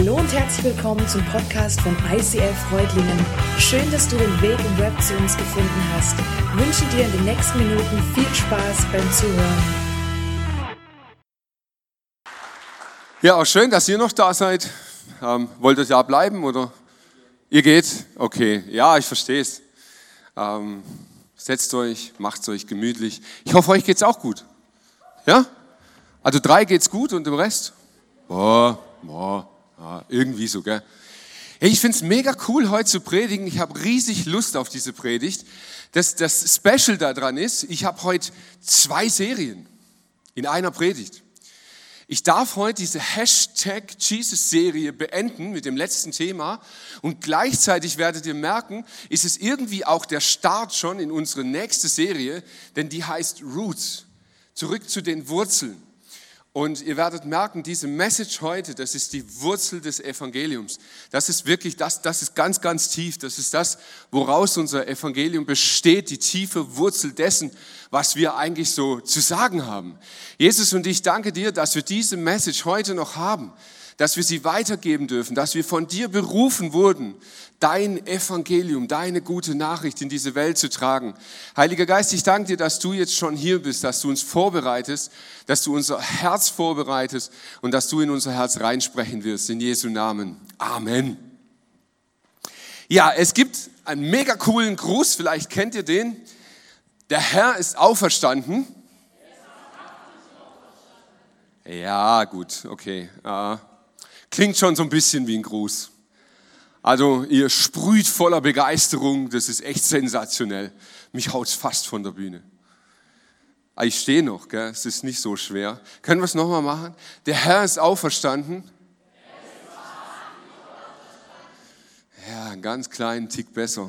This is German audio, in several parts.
Hallo und herzlich willkommen zum Podcast von ICF Reutlingen. Schön, dass du den Weg im Web zu uns gefunden hast. Ich wünsche dir in den nächsten Minuten viel Spaß beim Zuhören. Ja, auch schön, dass ihr noch da seid. Wollt ihr da bleiben oder ihr geht? Okay, ja, ich verstehe es. Setzt euch, macht es euch gemütlich. Ich hoffe, euch geht's auch gut. Ja? Also 3 geht's gut und dem Rest? Irgendwie so, gell? Hey, ich finde es mega cool, heute zu predigen. Ich habe riesig Lust auf diese Predigt. Das Special daran ist, ich habe heute 2 Serien in einer Predigt. Ich darf heute diese Hashtag Jesus-Serie beenden mit dem letzten Thema und gleichzeitig werdet ihr merken, ist es irgendwie auch der Start schon in unsere nächste Serie, denn die heißt Roots, zurück zu den Wurzeln. Und ihr werdet merken, diese Message heute, das ist die Wurzel des Evangeliums. Das ist wirklich, das ist ganz, ganz tief. Das ist das, woraus unser Evangelium besteht, die tiefe Wurzel dessen, was wir eigentlich so zu sagen haben. Jesus, und ich danke dir, dass wir diese Message heute noch haben, dass wir sie weitergeben dürfen, dass wir von dir berufen wurden, dein Evangelium, deine gute Nachricht in diese Welt zu tragen. Heiliger Geist, ich danke dir, dass du jetzt schon hier bist, dass du uns vorbereitest, dass du unser Herz vorbereitest und dass du in unser Herz reinsprechen wirst, in Jesu Namen. Amen. Ja, es gibt einen mega coolen Gruß, vielleicht kennt ihr den. Der Herr ist auferstanden. Ja, gut, okay. Klingt schon so ein bisschen wie ein Gruß. Also ihr sprüht voller Begeisterung, das ist echt sensationell. Mich haut's fast von der Bühne. Ich stehe noch, gell? Es ist nicht so schwer. Können wir es nochmal machen? Der Herr ist auferstanden. Ja, einen ganz kleinen Tick besser.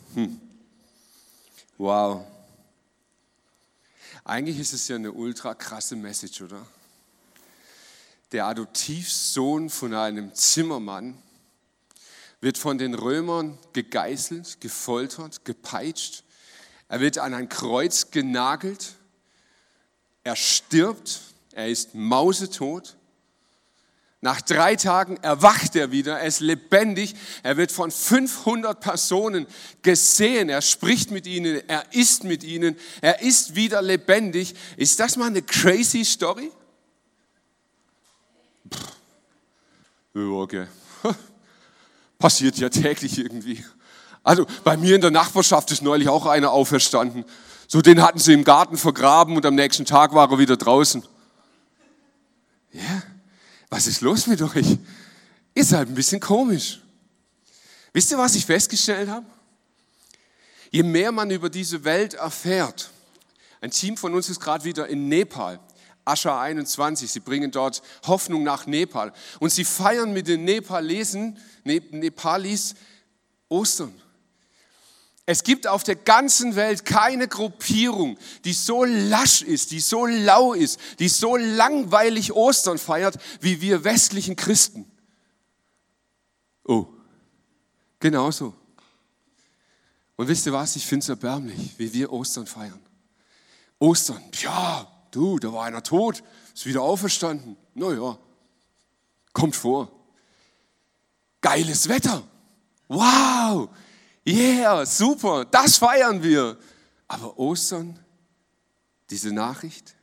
Wow. Eigentlich ist es ja eine ultra krasse Message, oder? Der Adoptivsohn von einem Zimmermann wird von den Römern gegeißelt, gefoltert, gepeitscht. Er wird an ein Kreuz genagelt. Er stirbt. Er ist mausetot. Nach 3 Tagen erwacht er wieder. Er ist lebendig. Er wird von 500 Personen gesehen. Er spricht mit ihnen. Er isst mit ihnen. Er ist wieder lebendig. Ist das mal eine crazy Story? Ja, okay. Passiert ja täglich irgendwie. Also bei mir in der Nachbarschaft ist neulich auch einer auferstanden. So, den hatten sie im Garten vergraben und am nächsten Tag war er wieder draußen. Ja, was ist los mit euch? Ihr seid ein bisschen komisch. Wisst ihr, was ich festgestellt habe? Je mehr man über diese Welt erfährt, ein Team von uns ist gerade wieder in Nepal, Ascha 21, sie bringen dort Hoffnung nach Nepal und sie feiern mit den Nepalis Ostern. Es gibt auf der ganzen Welt keine Gruppierung, die so lasch ist, die so lau ist, die so langweilig Ostern feiert, wie wir westlichen Christen. Oh, genauso. Und wisst ihr was, ich finde es erbärmlich, wie wir Ostern feiern. Ostern, ja, du, da war einer tot, ist wieder auferstanden. Naja, kommt vor. Geiles Wetter. Wow, yeah, super, das feiern wir. Aber Ostern, diese Nachricht?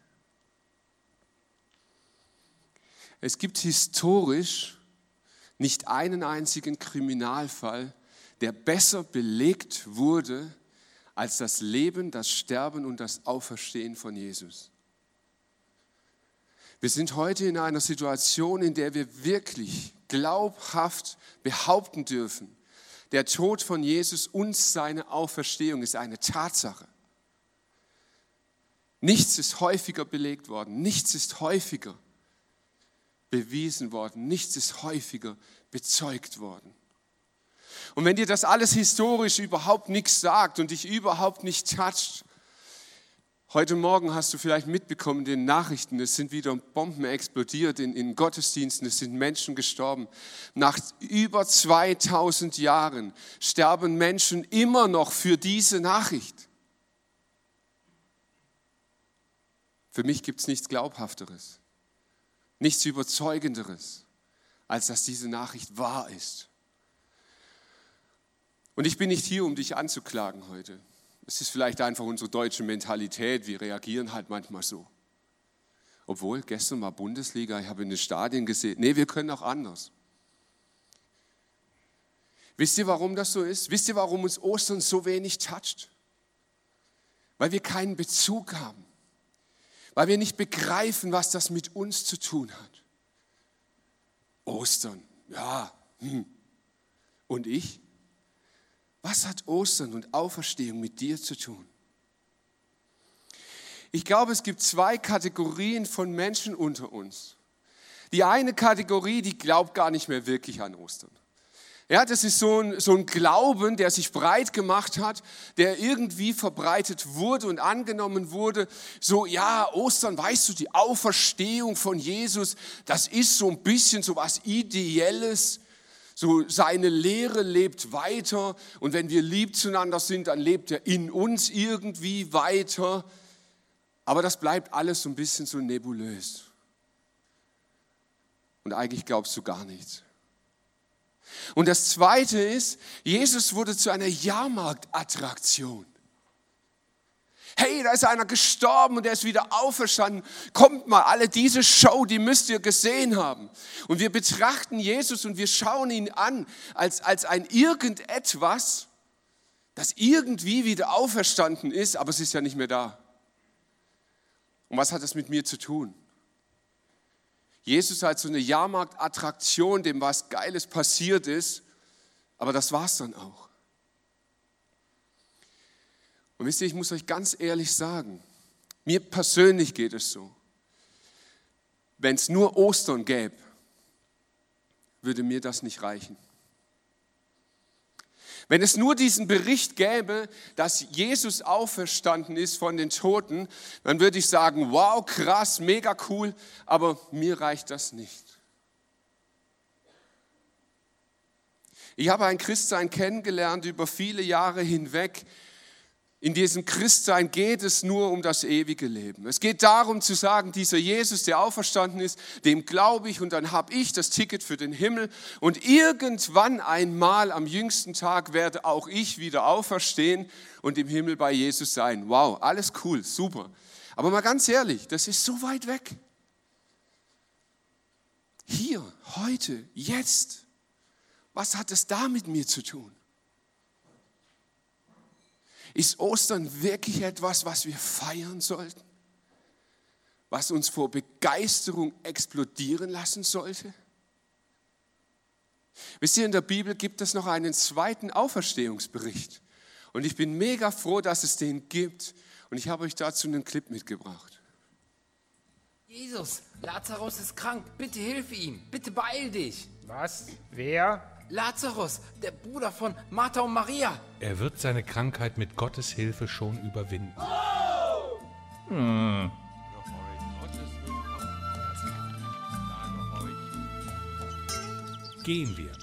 Es gibt historisch nicht einen einzigen Kriminalfall, der besser belegt wurde als das Leben, das Sterben und das Auferstehen von Jesus. Wir sind heute in einer Situation, in der wir wirklich glaubhaft behaupten dürfen, der Tod von Jesus und seine Auferstehung ist eine Tatsache. Nichts ist häufiger belegt worden, nichts ist häufiger bewiesen worden, nichts ist häufiger bezeugt worden. Und wenn dir das alles historisch überhaupt nichts sagt und dich überhaupt nicht toucht, heute Morgen hast du vielleicht mitbekommen in den Nachrichten, es sind wieder Bomben explodiert in Gottesdiensten, es sind Menschen gestorben. Nach über 2000 Jahren sterben Menschen immer noch für diese Nachricht. Für mich gibt es nichts Glaubhafteres, nichts Überzeugenderes als dass diese Nachricht wahr ist. Und ich bin nicht hier, um dich anzuklagen heute. Es ist vielleicht einfach unsere deutsche Mentalität, wir reagieren halt manchmal so. Obwohl, gestern war Bundesliga, ich habe in den Stadien gesehen, nee, wir können auch anders. Wisst ihr, warum das so ist? Wisst ihr, warum uns Ostern so wenig toucht? Weil wir keinen Bezug haben. Weil wir nicht begreifen, was das mit uns zu tun hat. Ostern, ja. Und ich? Was hat Ostern und Auferstehung mit dir zu tun? Ich glaube, es gibt 2 Kategorien von Menschen unter uns. Die eine Kategorie, die glaubt gar nicht mehr wirklich an Ostern. Ja, das ist so ein Glauben, der sich breit gemacht hat, der irgendwie verbreitet wurde und angenommen wurde. So, ja, Ostern, weißt du, die Auferstehung von Jesus, das ist so ein bisschen so was Ideelles. So, seine Lehre lebt weiter und wenn wir lieb zueinander sind, dann lebt er in uns irgendwie weiter. Aber das bleibt alles so ein bisschen so nebulös. Und eigentlich glaubst du gar nichts. Und das Zweite ist, Jesus wurde zu einer Jahrmarktattraktion. Hey, da ist einer gestorben und der ist wieder auferstanden. Kommt mal, alle diese Show, die müsst ihr gesehen haben. Und wir betrachten Jesus und wir schauen ihn an als ein irgendetwas, das irgendwie wieder auferstanden ist, aber es ist ja nicht mehr da. Und was hat das mit mir zu tun? Jesus als so eine Jahrmarktattraktion, dem was Geiles passiert ist, aber das war's dann auch. Und wisst ihr, ich muss euch ganz ehrlich sagen, mir persönlich geht es so, wenn es nur Ostern gäbe, würde mir das nicht reichen. Wenn es nur diesen Bericht gäbe, dass Jesus auferstanden ist von den Toten, dann würde ich sagen, wow, krass, mega cool, aber mir reicht das nicht. Ich habe ein Christsein kennengelernt über viele Jahre hinweg. In diesem Christsein geht es nur um das ewige Leben. Es geht darum zu sagen, dieser Jesus, der auferstanden ist, dem glaube ich und dann habe ich das Ticket für den Himmel und irgendwann einmal am jüngsten Tag werde auch ich wieder auferstehen und im Himmel bei Jesus sein. Wow, alles cool, super. Aber mal ganz ehrlich, das ist so weit weg. Hier, heute, jetzt, was hat es da mit mir zu tun? Ist Ostern wirklich etwas, was wir feiern sollten? Was uns vor Begeisterung explodieren lassen sollte? Wisst ihr, in der Bibel gibt es noch einen zweiten Auferstehungsbericht. Und ich bin mega froh, dass es den gibt. Und ich habe euch dazu einen Clip mitgebracht. Jesus, Lazarus ist krank. Bitte hilf ihm. Bitte beeil dich. Was? Wer? Lazarus, der Bruder von Martha und Maria. Er wird seine Krankheit mit Gottes Hilfe schon überwinden. Gehen wir.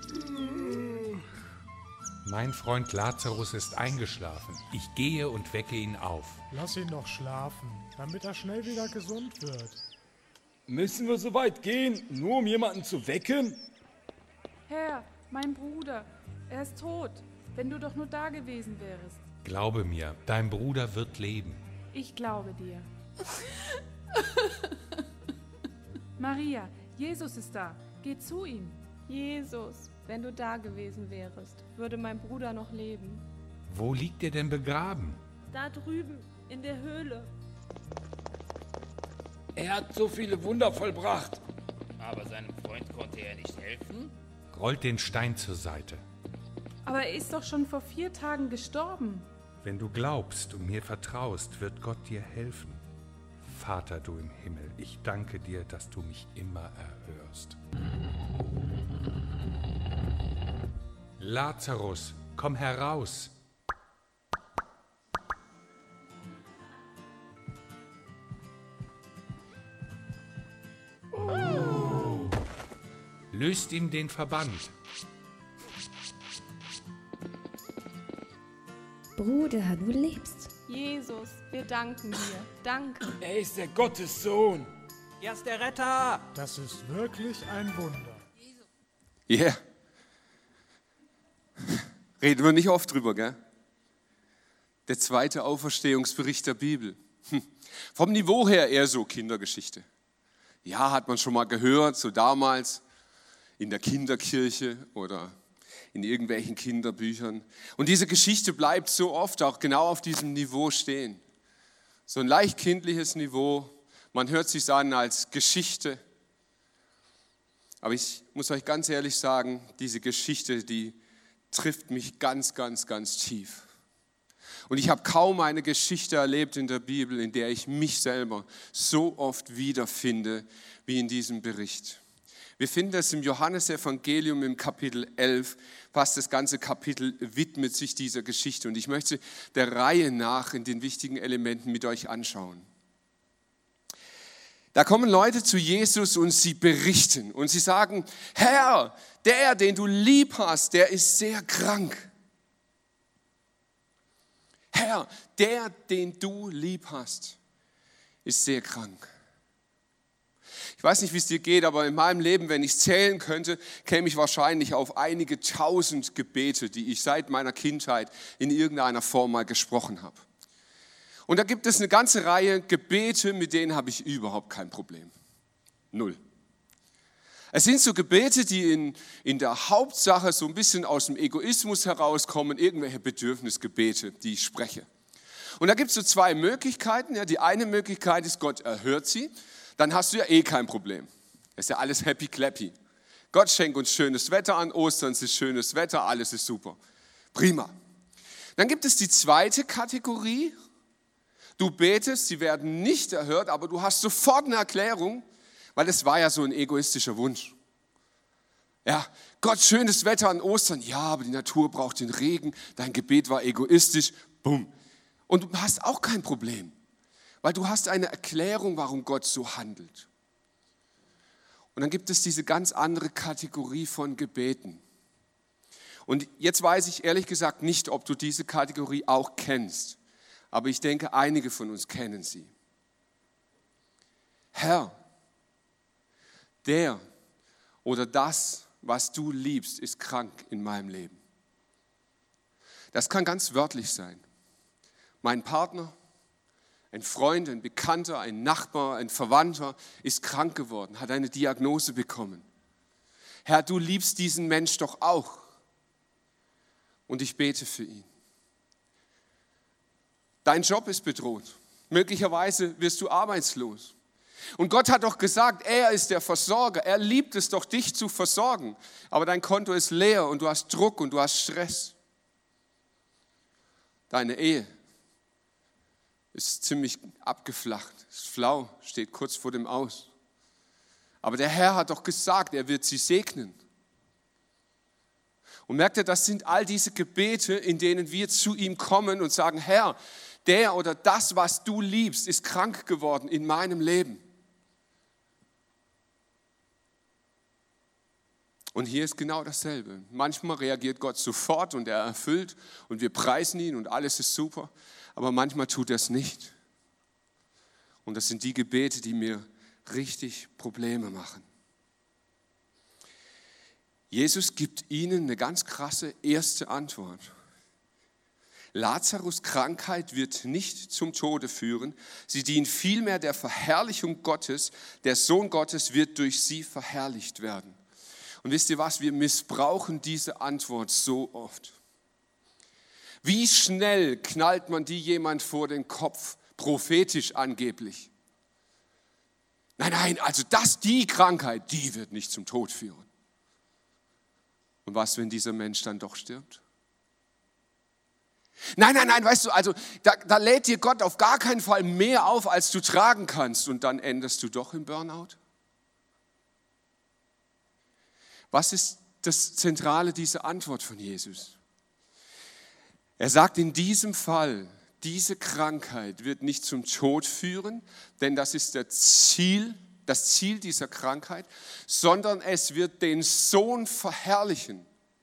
Mein Freund Lazarus ist eingeschlafen. Ich gehe und wecke ihn auf. Lass ihn doch schlafen, damit er schnell wieder gesund wird. Müssen wir so weit gehen, nur um jemanden zu wecken? Herr, mein Bruder, er ist tot. Wenn du doch nur da gewesen wärst. Glaube mir, dein Bruder wird leben. Ich glaube dir. Maria, Jesus ist da. Geh zu ihm. Jesus, wenn du da gewesen wärst, würde mein Bruder noch leben. Wo liegt er denn begraben? Da drüben, in der Höhle. Er hat so viele Wunder vollbracht. Aber seinem Freund konnte er nicht helfen? Rollt den Stein zur Seite. Aber er ist doch schon vor 4 Tagen gestorben. Wenn du glaubst und mir vertraust, wird Gott dir helfen. Vater, du im Himmel, ich danke dir, dass du mich immer erhörst. Lazarus, komm heraus. Löst ihm den Verband. Bruder, du lebst. Jesus, wir danken dir. Danke. Er ist der Gottessohn. Er ist der Retter. Das ist wirklich ein Wunder. Yeah. Reden wir nicht oft drüber, gell? Der zweite Auferstehungsbericht der Bibel. Vom Niveau her eher so Kindergeschichte. Ja, hat man schon mal gehört, so damals in der Kinderkirche oder in irgendwelchen Kinderbüchern. Und diese Geschichte bleibt so oft auch genau auf diesem Niveau stehen. So ein leicht kindliches Niveau. Man hört sich an als Geschichte. Aber ich muss euch ganz ehrlich sagen, diese Geschichte, die trifft mich ganz, ganz, ganz tief. Und ich habe kaum eine Geschichte erlebt in der Bibel, in der ich mich selber so oft wiederfinde wie in diesem Bericht. Wir finden das im Johannesevangelium im Kapitel 11, fast das ganze Kapitel widmet sich dieser Geschichte. Und ich möchte der Reihe nach in den wichtigen Elementen mit euch anschauen. Da kommen Leute zu Jesus und sie berichten und sie sagen, Herr, der, den du lieb hast, der ist sehr krank. Herr, der, den du lieb hast, ist sehr krank. Ich weiß nicht, wie es dir geht, aber in meinem Leben, wenn ich es zählen könnte, käme ich wahrscheinlich auf einige tausend Gebete, die ich seit meiner Kindheit in irgendeiner Form mal gesprochen habe. Und da gibt es eine ganze Reihe Gebete, mit denen habe ich überhaupt kein Problem. Null. Es sind so Gebete, die in der Hauptsache so ein bisschen aus dem Egoismus herauskommen, irgendwelche Bedürfnisgebete, die ich spreche. Und da gibt es so zwei Möglichkeiten. Ja, die eine Möglichkeit ist, Gott erhört sie, dann hast du ja eh kein Problem. Das ist ja alles happy clappy. Gott schenkt uns schönes Wetter an, Ostern ist schönes Wetter, alles ist super. Prima. Dann gibt es die zweite Kategorie. Du betest, sie werden nicht erhört, aber du hast sofort eine Erklärung, weil es war ja so ein egoistischer Wunsch. Ja, Gott, schönes Wetter an Ostern. Ja, aber die Natur braucht den Regen. Dein Gebet war egoistisch. Bumm. Und du hast auch kein Problem, weil du hast eine Erklärung, warum Gott so handelt. Und dann gibt es diese ganz andere Kategorie von Gebeten. Und jetzt weiß ich ehrlich gesagt nicht, ob du diese Kategorie auch kennst. Aber ich denke, einige von uns kennen sie. Herr, der oder das, was du liebst, ist krank in meinem Leben. Das kann ganz wörtlich sein. Mein Partner, ein Freund, ein Bekannter, ein Nachbar, ein Verwandter ist krank geworden, hat eine Diagnose bekommen. Herr, du liebst diesen Mensch doch auch. Und ich bete für ihn. Dein Job ist bedroht. Möglicherweise wirst du arbeitslos. Und Gott hat doch gesagt, er ist der Versorger. Er liebt es doch, dich zu versorgen. Aber dein Konto ist leer und du hast Druck und du hast Stress. Deine Ehe ist ziemlich abgeflacht, ist flau, steht kurz vor dem Aus. Aber der Herr hat doch gesagt, er wird sie segnen. Und merkt ihr, das sind all diese Gebete, in denen wir zu ihm kommen und sagen, Herr, der oder das, was du liebst, ist krank geworden in meinem Leben. Und hier ist genau dasselbe. Manchmal reagiert Gott sofort und er erfüllt und wir preisen ihn und alles ist super. Aber manchmal tut er es nicht. Und das sind die Gebete, die mir richtig Probleme machen. Jesus gibt ihnen eine ganz krasse erste Antwort. Lazarus' Krankheit wird nicht zum Tode führen. Sie dient vielmehr der Verherrlichung Gottes. Der Sohn Gottes wird durch sie verherrlicht werden. Und wisst ihr was? Wir missbrauchen diese Antwort so oft. Wie schnell knallt man die jemand vor den Kopf, prophetisch angeblich? Nein, also die Krankheit, die wird nicht zum Tod führen. Und was, wenn dieser Mensch dann doch stirbt? Nein, weißt du, also da lädt dir Gott auf gar keinen Fall mehr auf, als du tragen kannst und dann endest du doch im Burnout? Was ist das Zentrale dieser Antwort von Jesus? Er sagt in diesem Fall, diese Krankheit wird nicht zum Tod führen, denn das ist das Ziel dieser Krankheit, sondern es wird den Sohn verherrlichen.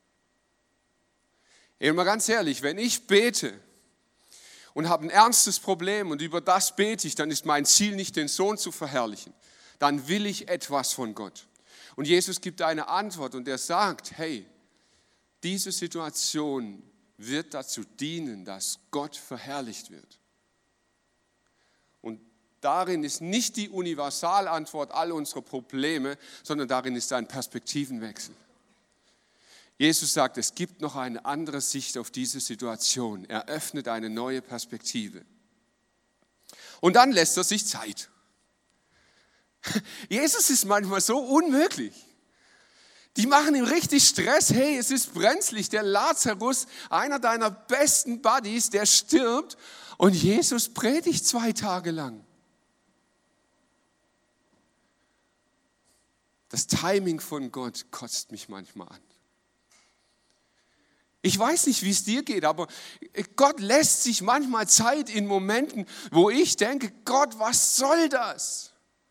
Mal ganz ehrlich, wenn ich bete und habe ein ernstes Problem und über das bete ich, dann ist mein Ziel nicht, den Sohn zu verherrlichen. Dann will ich etwas von Gott. Und Jesus gibt eine Antwort und er sagt, hey, diese Situation wird dazu dienen, dass Gott verherrlicht wird. Und darin ist nicht die Universalantwort all unserer Probleme, sondern darin ist ein Perspektivenwechsel. Jesus sagt, es gibt noch eine andere Sicht auf diese Situation. Er öffnet eine neue Perspektive. Und dann lässt er sich Zeit. Jesus ist manchmal so unmöglich. Die machen ihm richtig Stress. Hey, es ist brenzlig. Der Lazarus, einer deiner besten Buddies, der stirbt und Jesus predigt 2 Tage lang. Das Timing von Gott kotzt mich manchmal an. Ich weiß nicht, wie es dir geht, aber Gott lässt sich manchmal Zeit in Momenten, wo ich denke, Gott, was soll das?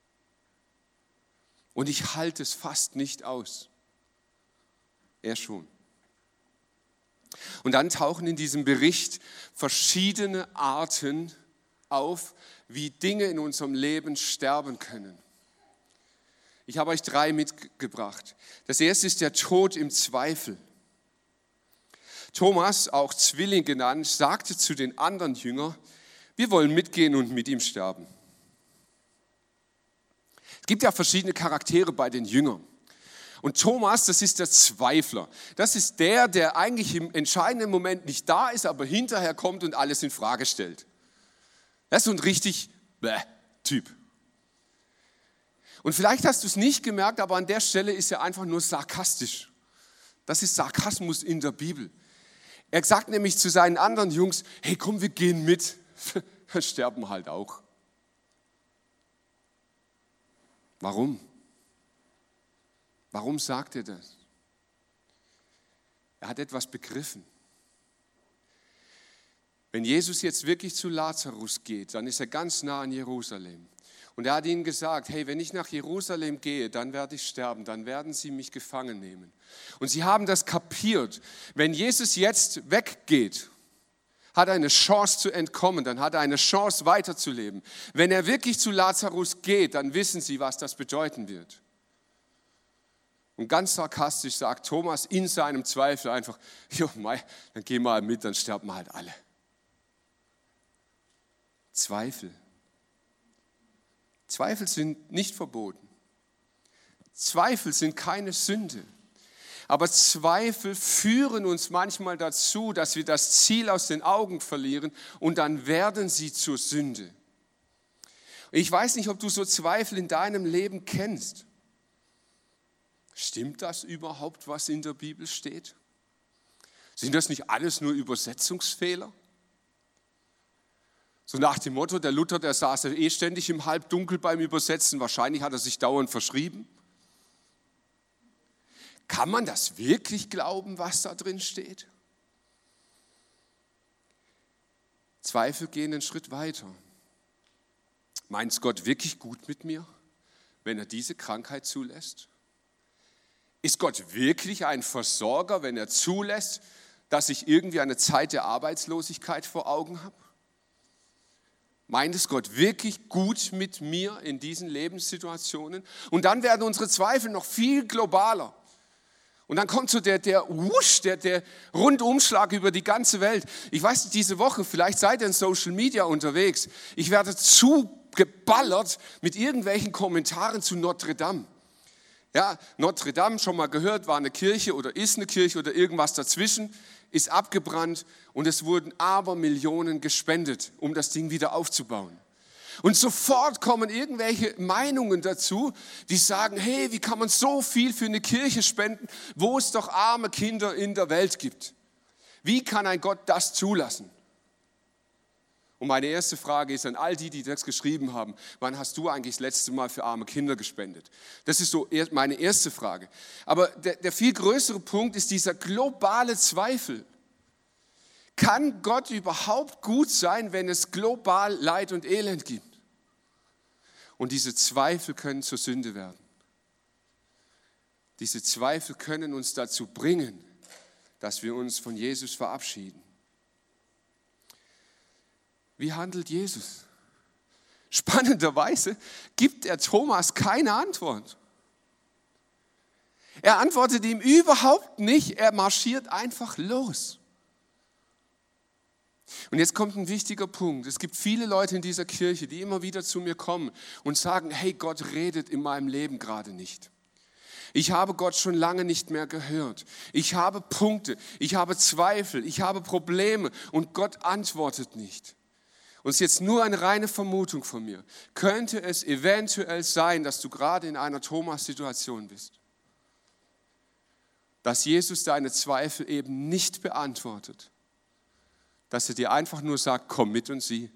Und ich halte es fast nicht aus. Er schon. Und dann tauchen in diesem Bericht verschiedene Arten auf, wie Dinge in unserem Leben sterben können. Ich habe euch 3 mitgebracht. Das erste ist der Tod im Zweifel. Thomas, auch Zwilling genannt, sagte zu den anderen Jüngern, wir wollen mitgehen und mit ihm sterben. Es gibt ja verschiedene Charaktere bei den Jüngern. Und Thomas, das ist der Zweifler. Das ist der eigentlich im entscheidenden Moment nicht da ist, aber hinterher kommt und alles in Frage stellt. Das ist so ein richtig Typ. Und vielleicht hast du es nicht gemerkt, aber an der Stelle ist er einfach nur sarkastisch. Das ist Sarkasmus in der Bibel. Er sagt nämlich zu seinen anderen Jungs, hey komm, wir gehen mit, wir sterben halt auch. Warum? Warum sagt er das? Er hat etwas begriffen. Wenn Jesus jetzt wirklich zu Lazarus geht, dann ist er ganz nah an Jerusalem. Und er hat ihnen gesagt, hey, wenn ich nach Jerusalem gehe, dann werde ich sterben, dann werden sie mich gefangen nehmen. Und sie haben das kapiert. Wenn Jesus jetzt weggeht, hat er eine Chance zu entkommen, dann hat er eine Chance weiterzuleben. Wenn er wirklich zu Lazarus geht, dann wissen sie, was das bedeuten wird. Und ganz sarkastisch sagt Thomas in seinem Zweifel einfach, jo, mei, dann geh mal mit, dann sterben halt alle. Zweifel sind nicht verboten. Zweifel sind keine Sünde. Aber Zweifel führen uns manchmal dazu, dass wir das Ziel aus den Augen verlieren und dann werden sie zur Sünde. Ich weiß nicht, ob du so Zweifel in deinem Leben kennst. Stimmt das überhaupt, was in der Bibel steht? Sind das nicht alles nur Übersetzungsfehler? So nach dem Motto, der Luther, der saß ja ständig im Halbdunkel beim Übersetzen, wahrscheinlich hat er sich dauernd verschrieben. Kann man das wirklich glauben, was da drin steht? Zweifel gehen einen Schritt weiter. Meint Gott wirklich gut mit mir, wenn er diese Krankheit zulässt? Ist Gott wirklich ein Versorger, wenn er zulässt, dass ich irgendwie eine Zeit der Arbeitslosigkeit vor Augen habe? Meint es Gott wirklich gut mit mir in diesen Lebenssituationen? Und dann werden unsere Zweifel noch viel globaler. Und dann kommt so der Rundumschlag über die ganze Welt. Ich weiß nicht, diese Woche, vielleicht seid ihr in Social Media unterwegs. Ich werde zugeballert mit irgendwelchen Kommentaren zu Notre Dame. Ja, Notre Dame, schon mal gehört, war eine Kirche oder ist eine Kirche oder irgendwas dazwischen, ist abgebrannt und es wurden Abermillionen gespendet, um das Ding wieder aufzubauen. Und sofort kommen irgendwelche Meinungen dazu, die sagen, hey, wie kann man so viel für eine Kirche spenden, wo es doch arme Kinder in der Welt gibt? Wie kann ein Gott das zulassen? Und meine erste Frage ist an all die das geschrieben haben, wann hast du eigentlich das letzte Mal für arme Kinder gespendet? Das ist so meine erste Frage. Aber der viel größere Punkt ist dieser globale Zweifel. Kann Gott überhaupt gut sein, wenn es global Leid und Elend gibt? Und diese Zweifel können zur Sünde werden. Diese Zweifel können uns dazu bringen, dass wir uns von Jesus verabschieden. Wie handelt Jesus? Spannenderweise gibt der Thomas keine Antwort. Er antwortet ihm überhaupt nicht, er marschiert einfach los. Und jetzt kommt ein wichtiger Punkt. Es gibt viele Leute in dieser Kirche, die immer wieder zu mir kommen und sagen, hey, Gott redet in meinem Leben gerade nicht. Ich habe Gott schon lange nicht mehr gehört. Ich habe Punkte, ich habe Zweifel, ich habe Probleme und Gott antwortet nicht. Und es ist jetzt nur eine reine Vermutung von mir. Könnte es eventuell sein, dass du gerade in einer Thomas-Situation bist? Dass Jesus deine Zweifel eben nicht beantwortet. Dass er dir einfach nur sagt, komm mit und sieh.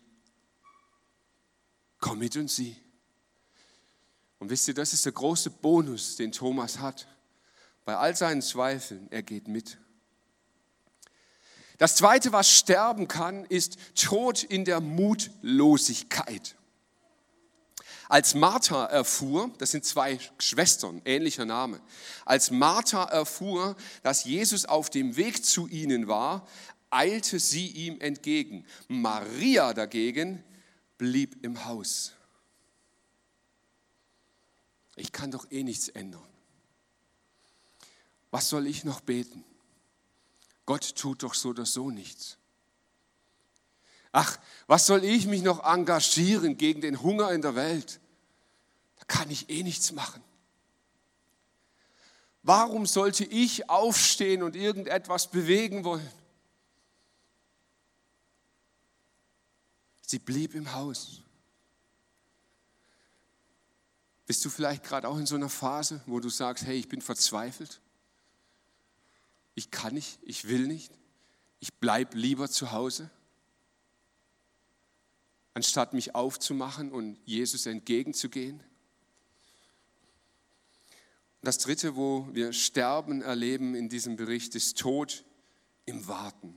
Komm mit und sieh. Und wisst ihr, das ist der große Bonus, den Thomas hat. Bei all seinen Zweifeln, er geht mit. Das Zweite, was sterben kann, ist Tod in der Mutlosigkeit. Als Martha erfuhr, das sind zwei Schwestern, ähnlicher Name, als Martha erfuhr, dass Jesus auf dem Weg zu ihnen war, eilte sie ihm entgegen. Maria dagegen blieb im Haus. Ich kann doch eh nichts ändern. Was soll ich noch beten? Gott tut doch so oder so nichts. Ach, was soll ich mich noch engagieren gegen den Hunger in der Welt? Da kann ich eh nichts machen. Warum sollte ich aufstehen und irgendetwas bewegen wollen? Sie blieb im Haus. Bist du vielleicht gerade auch in so einer Phase, wo du sagst, hey, ich bin verzweifelt? Ich kann nicht, ich will nicht. Ich bleibe lieber zu Hause, anstatt mich aufzumachen und Jesus entgegenzugehen. Das Dritte, wo wir Sterben erleben in diesem Bericht, ist Tod im Warten.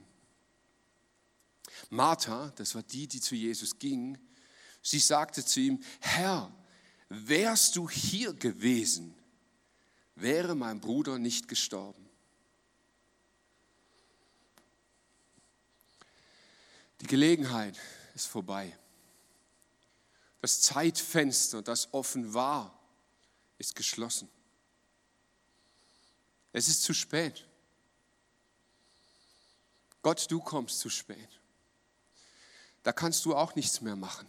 Martha, das war die zu Jesus ging, sie sagte zu ihm, Herr, wärst du hier gewesen, wäre mein Bruder nicht gestorben. Die Gelegenheit ist vorbei. Das Zeitfenster, das offen war, ist geschlossen. Es ist zu spät. Gott, du kommst zu spät. Da kannst du auch nichts mehr machen.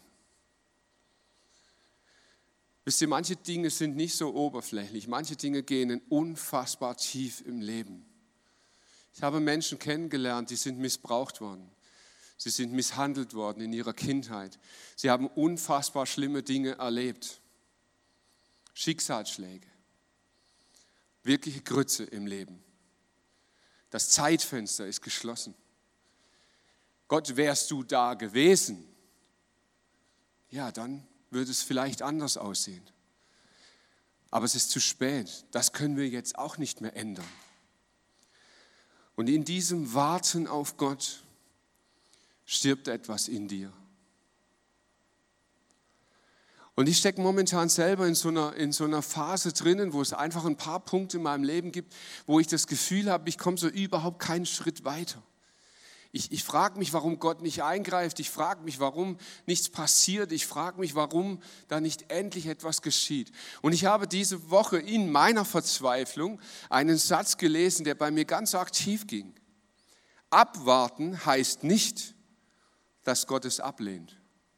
Wisst ihr, manche Dinge sind nicht so oberflächlich. Manche Dinge gehen unfassbar tief im Leben. Ich habe Menschen kennengelernt, die sind missbraucht worden. Sie sind misshandelt worden in ihrer Kindheit. Sie haben unfassbar schlimme Dinge erlebt. Schicksalsschläge. Wirkliche Grütze im Leben. Das Zeitfenster ist geschlossen. Gott, wärst du da gewesen? Ja, dann würde es vielleicht anders aussehen. Aber es ist zu spät. Das können wir jetzt auch nicht mehr ändern. Und in diesem Warten auf Gott stirbt etwas in dir. Und ich stecke momentan selber in so einer Phase drinnen, wo es einfach ein paar Punkte in meinem Leben gibt, wo ich das Gefühl habe, ich komme so überhaupt keinen Schritt weiter. Ich frage mich, warum Gott nicht eingreift. Ich frage mich, warum nichts passiert. Ich frage mich, warum da nicht endlich etwas geschieht. Und ich habe diese Woche in meiner Verzweiflung einen Satz gelesen, der bei mir ganz aktiv ging. Abwarten heißt nicht, dass Gott es ablehnt.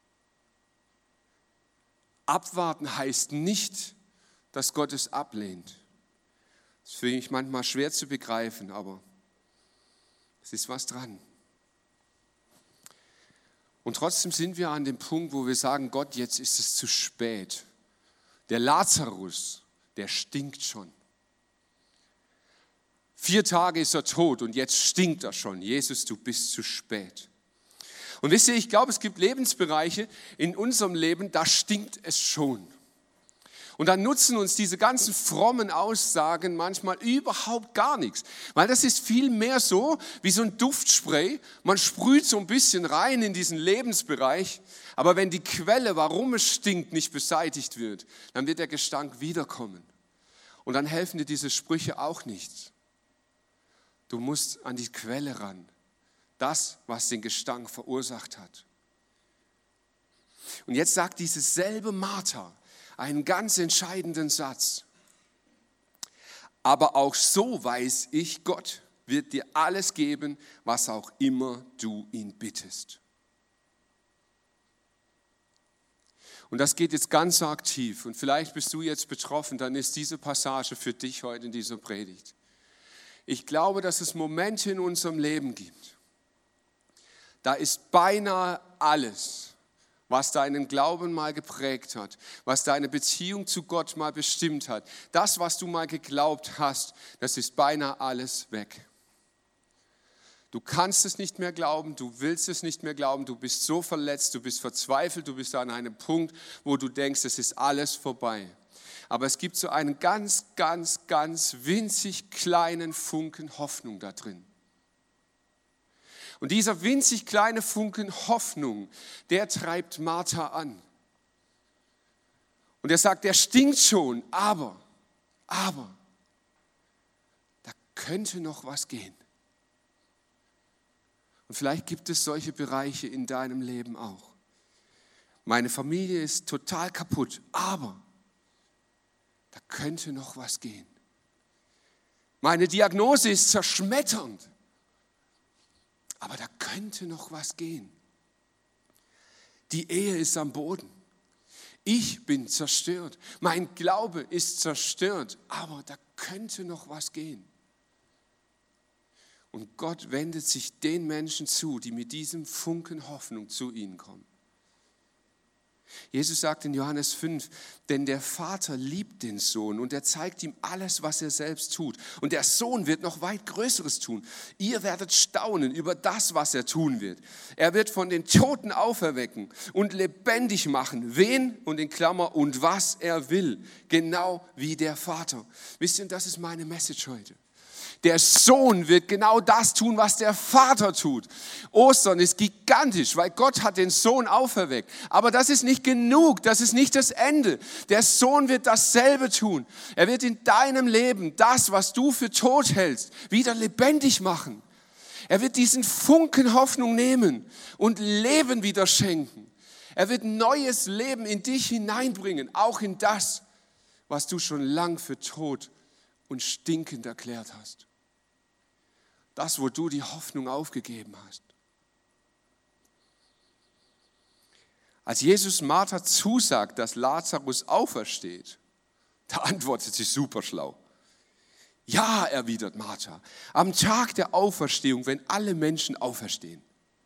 Abwarten heißt nicht, dass Gott es ablehnt. Das finde ich manchmal schwer zu begreifen, aber es ist was dran. Und trotzdem sind wir an dem Punkt, wo wir sagen, Gott, jetzt ist es zu spät. Der Lazarus, der stinkt schon. 4 Tage ist er tot und jetzt stinkt er schon. Jesus, du bist zu spät. Und wisst ihr, ich glaube, es gibt Lebensbereiche in unserem Leben, da stinkt es schon. Und dann nutzen uns diese ganzen frommen Aussagen manchmal überhaupt gar nichts. Weil das ist viel mehr so wie so ein Duftspray. Man sprüht so ein bisschen rein in diesen Lebensbereich. Aber wenn die Quelle, warum es stinkt, nicht beseitigt wird, dann wird der Gestank wiederkommen. Und dann helfen dir diese Sprüche auch nichts. Du musst an die Quelle ran. Das, was den Gestank verursacht hat. Und jetzt sagt diese selbe Martha einen ganz entscheidenden Satz. Aber auch so weiß ich, Gott wird dir alles geben, was auch immer du ihn bittest. Und das geht jetzt ganz aktiv. Und vielleicht bist du jetzt betroffen, dann ist diese Passage für dich heute in dieser Predigt. Ich glaube, dass es Momente in unserem Leben gibt. Da ist beinahe alles, was deinen Glauben mal geprägt hat, was deine Beziehung zu Gott mal bestimmt hat, das, was du mal geglaubt hast, das ist beinahe alles weg. Du kannst es nicht mehr glauben, du willst es nicht mehr glauben, du bist so verletzt, du bist verzweifelt, du bist an einem Punkt, wo du denkst, es ist alles vorbei. Aber es gibt so einen ganz, ganz, ganz winzig kleinen Funken Hoffnung da drin. Und dieser winzig kleine Funken Hoffnung, der treibt Martha an. Und er sagt, der stinkt schon, aber, da könnte noch was gehen. Und vielleicht gibt es solche Bereiche in deinem Leben auch. Meine Familie ist total kaputt, aber da könnte noch was gehen. Meine Diagnose ist zerschmetternd, aber da könnte noch was gehen. Die Ehe ist am Boden. Ich bin zerstört. Mein Glaube ist zerstört, aber da könnte noch was gehen. Und Gott wendet sich den Menschen zu, die mit diesem Funken Hoffnung zu ihnen kommen. Jesus sagt in Johannes 5, denn der Vater liebt den Sohn und er zeigt ihm alles, was er selbst tut. Und der Sohn wird noch weit Größeres tun. Ihr werdet staunen über das, was er tun wird. Er wird von den Toten auferwecken und lebendig machen. Wen? Und in Klammer, und was er will. Genau wie der Vater. Wisst ihr, und das ist meine Message heute. Der Sohn wird genau das tun, was der Vater tut. Ostern ist gigantisch, weil Gott hat den Sohn auferweckt. Aber das ist nicht genug, das ist nicht das Ende. Der Sohn wird dasselbe tun. Er wird in deinem Leben das, was du für tot hältst, wieder lebendig machen. Er wird diesen Funken Hoffnung nehmen und Leben wieder schenken. Er wird neues Leben in dich hineinbringen, auch in das, was du schon lang für tot und stinkend erklärt hast. Das, wo du die Hoffnung aufgegeben hast. Als Jesus Martha zusagt, dass Lazarus aufersteht, da antwortet sie super schlau. Ja, erwidert Martha, am Tag der Auferstehung, wenn alle Menschen auferstehen.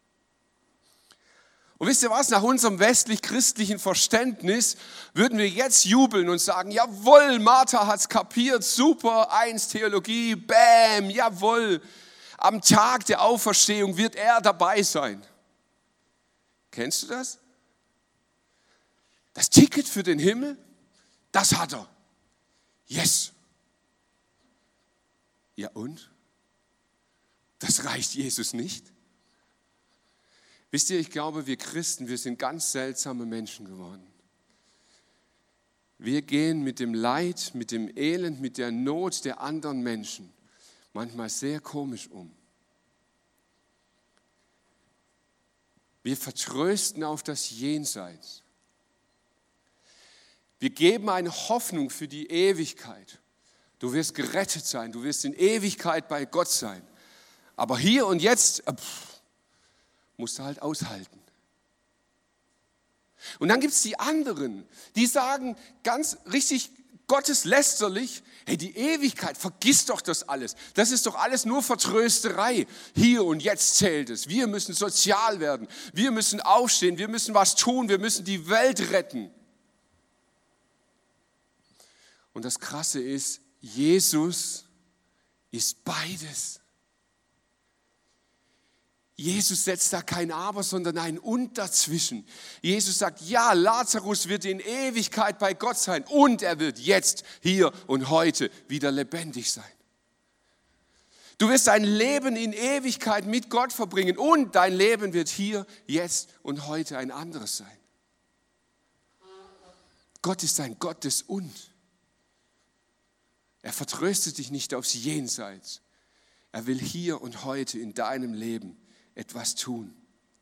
Und wisst ihr was, nach unserem westlich-christlichen Verständnis würden wir jetzt jubeln und sagen, jawohl, Martha hat's kapiert, super, 1 Theologie, bam, jawohl. Am Tag der Auferstehung wird er dabei sein. Kennst du das? Das Ticket für den Himmel, das hat er. Yes. Ja und? Das reicht Jesus nicht? Wisst ihr, ich glaube, wir Christen, wir sind ganz seltsame Menschen geworden. Wir gehen mit dem Leid, mit dem Elend, mit der Not der anderen Menschen manchmal sehr komisch um. Wir vertrösten auf das Jenseits. Wir geben eine Hoffnung für die Ewigkeit. Du wirst gerettet sein, du wirst in Ewigkeit bei Gott sein. Aber hier und jetzt musst du halt aushalten. Und dann gibt es die anderen, die sagen ganz richtig gotteslästerlich, hey, die Ewigkeit, vergiss doch das alles. Das ist doch alles nur Vertrösterei. Hier und jetzt zählt es. Wir müssen sozial werden. Wir müssen aufstehen. Wir müssen was tun. Wir müssen die Welt retten. Und das Krasse ist, Jesus ist beides. Jesus setzt da kein Aber, sondern ein Und dazwischen. Jesus sagt, ja, Lazarus wird in Ewigkeit bei Gott sein und er wird jetzt, hier und heute wieder lebendig sein. Du wirst dein Leben in Ewigkeit mit Gott verbringen und dein Leben wird hier, jetzt und heute ein anderes sein. Gott ist ein Gott des Und. Er vertröstet dich nicht aufs Jenseits. Er will hier und heute in deinem Leben etwas tun.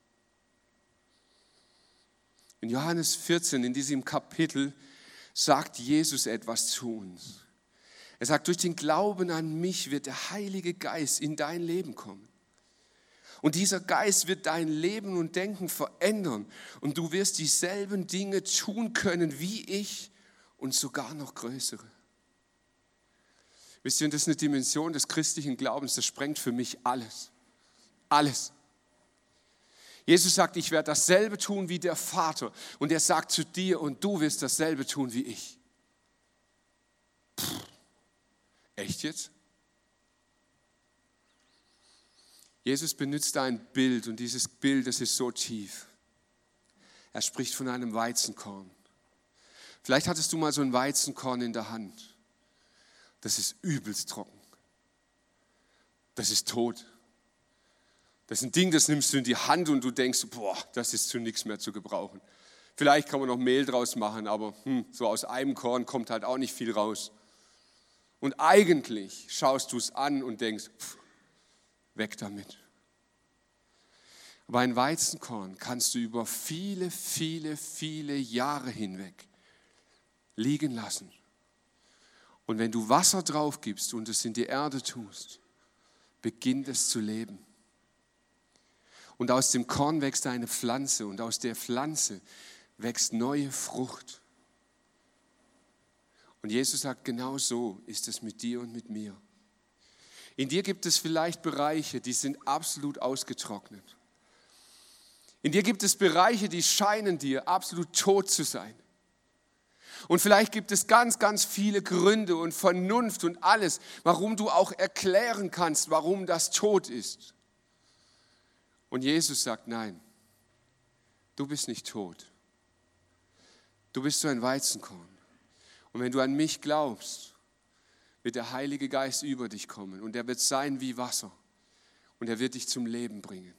In Johannes 14, in diesem Kapitel, sagt Jesus etwas zu uns. Er sagt, durch den Glauben an mich wird der Heilige Geist in dein Leben kommen. Und dieser Geist wird dein Leben und Denken verändern. Und du wirst dieselben Dinge tun können wie ich und sogar noch größere. Wisst ihr, und das ist eine Dimension des christlichen Glaubens, das sprengt für mich alles. Alles. Jesus sagt, ich werde dasselbe tun wie der Vater. Und er sagt zu dir, und du wirst dasselbe tun wie ich. Echt jetzt? Jesus benutzt ein Bild und dieses Bild, das ist so tief. Er spricht von einem Weizenkorn. Vielleicht hattest du mal so ein Weizenkorn in der Hand. Das ist übelst trocken. Das ist tot. Das ist ein Ding, das nimmst du in die Hand und du denkst, boah, das ist zu nichts mehr zu gebrauchen. Vielleicht kann man noch Mehl draus machen, aber so aus einem Korn kommt halt auch nicht viel raus. Und eigentlich schaust du es an und denkst, weg damit. Aber ein Weizenkorn kannst du über viele, viele, viele Jahre hinweg liegen lassen. Und wenn du Wasser drauf gibst und es in die Erde tust, beginnt es zu leben. Und aus dem Korn wächst eine Pflanze und aus der Pflanze wächst neue Frucht. Und Jesus sagt, genau so ist es mit dir und mit mir. In dir gibt es vielleicht Bereiche, die sind absolut ausgetrocknet. In dir gibt es Bereiche, die scheinen dir absolut tot zu sein. Und vielleicht gibt es ganz, ganz viele Gründe und Vernunft und alles, warum du auch erklären kannst, warum das tot ist. Und Jesus sagt, nein, du bist nicht tot. Du bist so ein Weizenkorn. Und wenn du an mich glaubst, wird der Heilige Geist über dich kommen und er wird sein wie Wasser und er wird dich zum Leben bringen.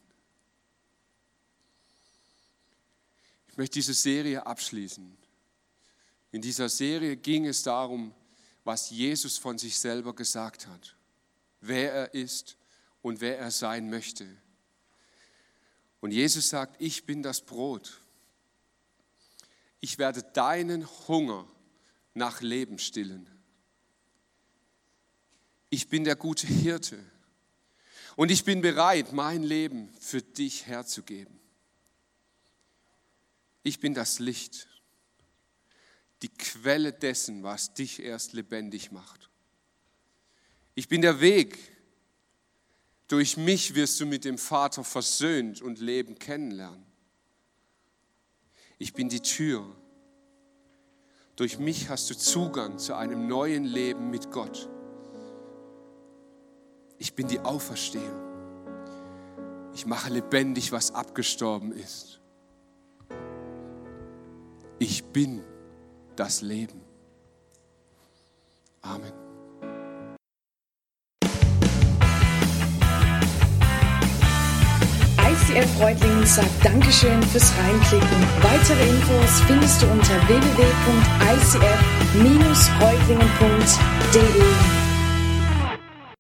Ich möchte diese Serie abschließen. In dieser Serie ging es darum, was Jesus von sich selber gesagt hat, wer er ist und wer er sein möchte. Und Jesus sagt, ich bin das Brot. Ich werde deinen Hunger nach Leben stillen. Ich bin der gute Hirte und ich bin bereit, mein Leben für dich herzugeben. Ich bin das Licht, die Quelle dessen, was dich erst lebendig macht. Ich bin der Weg. Durch mich wirst du mit dem Vater versöhnt und Leben kennenlernen. Ich bin die Tür. Durch mich hast du Zugang zu einem neuen Leben mit Gott. Ich bin die Auferstehung. Ich mache lebendig, was abgestorben ist. Ich bin das Leben. Amen. ICF Reutlingen sagt Dankeschön fürs Reinklicken. Weitere Infos findest du unter www.icf-reutlingen.de.